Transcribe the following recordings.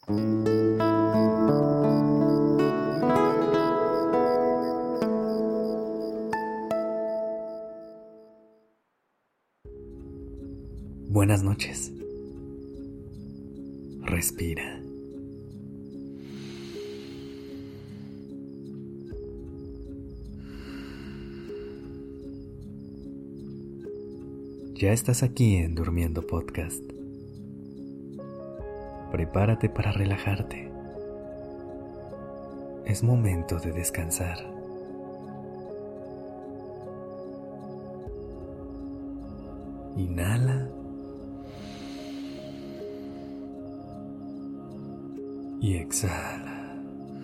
Buenas noches. Respira. Ya estás aquí en Durmiendo Podcast. Prepárate para relajarte. Es momento de descansar. Inhala. Y exhala.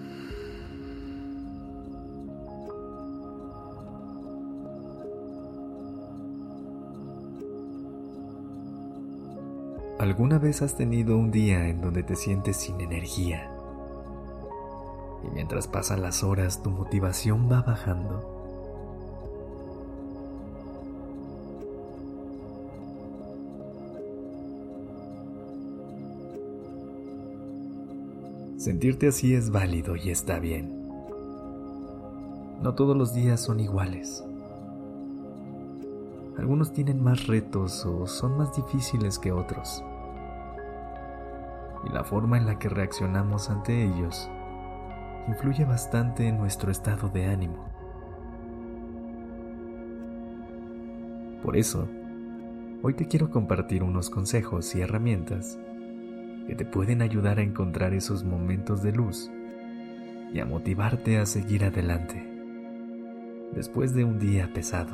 ¿Alguna vez has tenido un día en donde te sientes sin energía? Y mientras pasan las horas, tu motivación va bajando. Sentirte así es válido y está bien. No todos los días son iguales. Algunos tienen más retos o son más difíciles que otros. Y la forma en la que reaccionamos ante ellos influye bastante en nuestro estado de ánimo. Por eso, hoy te quiero compartir unos consejos y herramientas que te pueden ayudar a encontrar esos momentos de luz y a motivarte a seguir adelante después de un día pesado.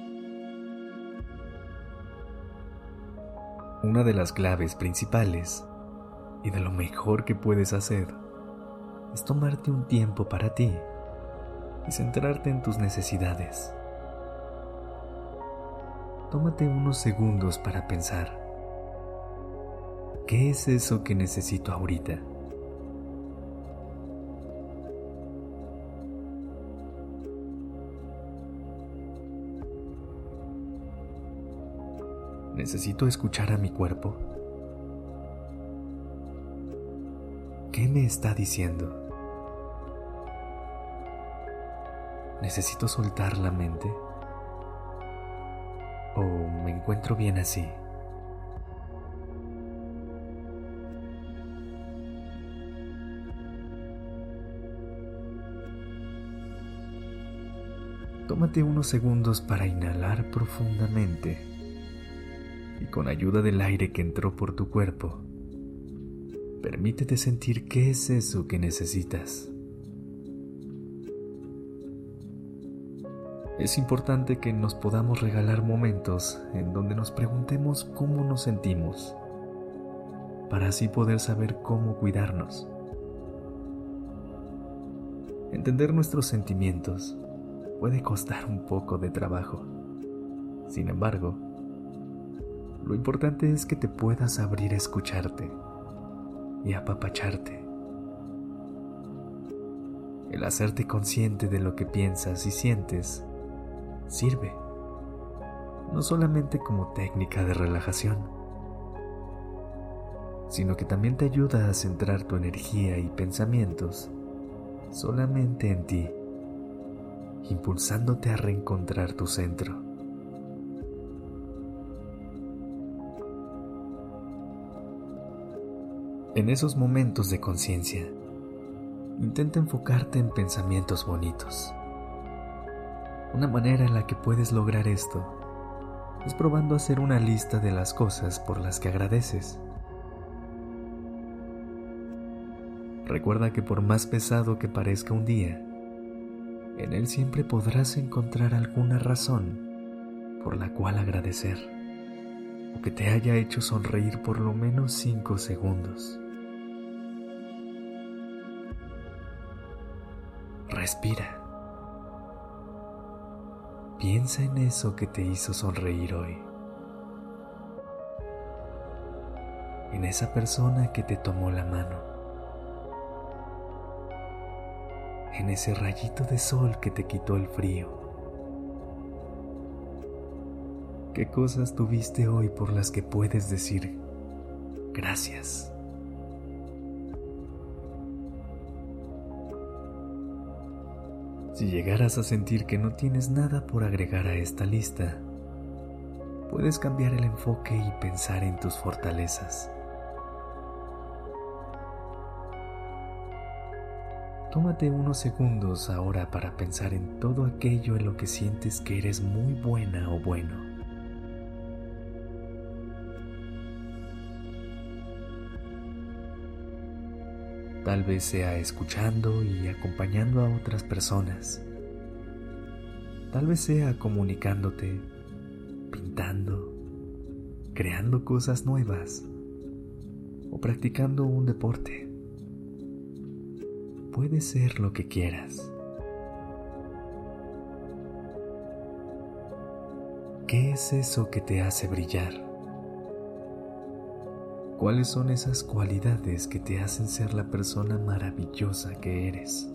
Una de las claves principales y de lo mejor que puedes hacer es tomarte un tiempo para ti y centrarte en tus necesidades. Tómate unos segundos para pensar. ¿Qué es eso que necesito ahorita? ¿Necesito escuchar a mi cuerpo? ¿Qué me está diciendo? ¿Necesito soltar la mente? ¿O me encuentro bien así? Tómate unos segundos para inhalar profundamente y con ayuda del aire que entró por tu cuerpo, permítete sentir qué es eso que necesitas. Es importante que nos podamos regalar momentos en donde nos preguntemos cómo nos sentimos, para así poder saber cómo cuidarnos. Entender nuestros sentimientos puede costar un poco de trabajo. Sin embargo, lo importante es que te puedas abrir a escucharte y apapacharte. El hacerte consciente de lo que piensas y sientes sirve, no solamente como técnica de relajación, sino que también te ayuda a centrar tu energía y pensamientos solamente en ti, impulsándote a reencontrar tu centro. En esos momentos de conciencia, intenta enfocarte en pensamientos bonitos. Una manera en la que puedes lograr esto es probando a hacer una lista de las cosas por las que agradeces. Recuerda que por más pesado que parezca un día, en él siempre podrás encontrar alguna razón por la cual agradecer, o que te haya hecho sonreír por lo menos 5 segundos. Respira. Piensa en eso que te hizo sonreír hoy. En esa persona que te tomó la mano. En ese rayito de sol que te quitó el frío. ¿Qué cosas tuviste hoy por las que puedes decir gracias? Si llegaras a sentir que no tienes nada por agregar a esta lista, puedes cambiar el enfoque y pensar en tus fortalezas. Tómate unos segundos ahora para pensar en todo aquello en lo que sientes que eres muy buena o bueno. Tal vez sea escuchando y acompañando a otras personas. Tal vez sea comunicándote, pintando, creando cosas nuevas o practicando un deporte. Puede ser lo que quieras. ¿Qué es eso que te hace brillar? ¿Cuáles son esas cualidades que te hacen ser la persona maravillosa que eres?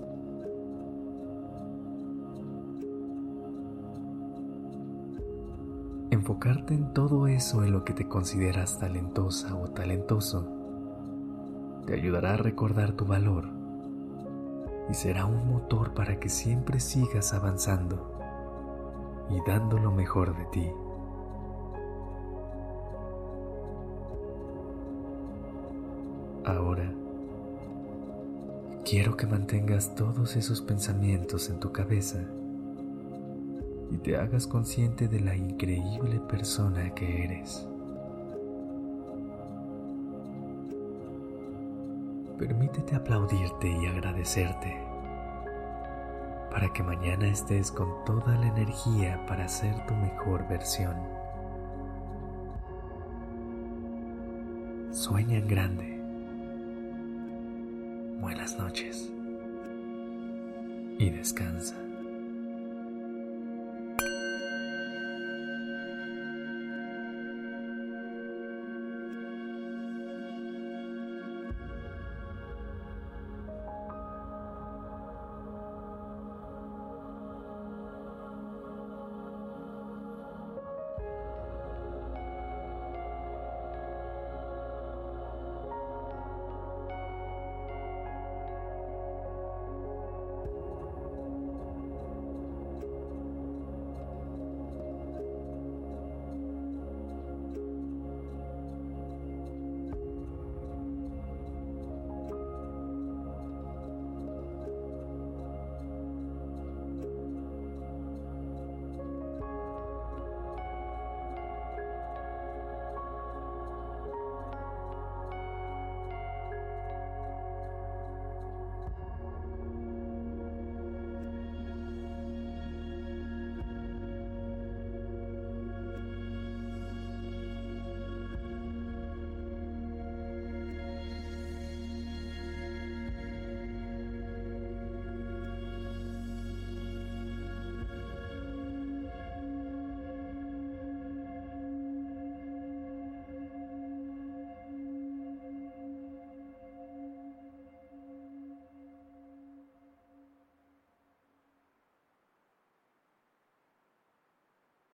Enfocarte en todo eso en lo que te consideras talentosa o talentoso te ayudará a recordar tu valor y será un motor para que siempre sigas avanzando y dando lo mejor de ti. Ahora, quiero que mantengas todos esos pensamientos en tu cabeza y te hagas consciente de la increíble persona que eres. Permítete aplaudirte y agradecerte para que mañana estés con toda la energía para ser tu mejor versión. Sueña en grande. Buenas noches y descansa.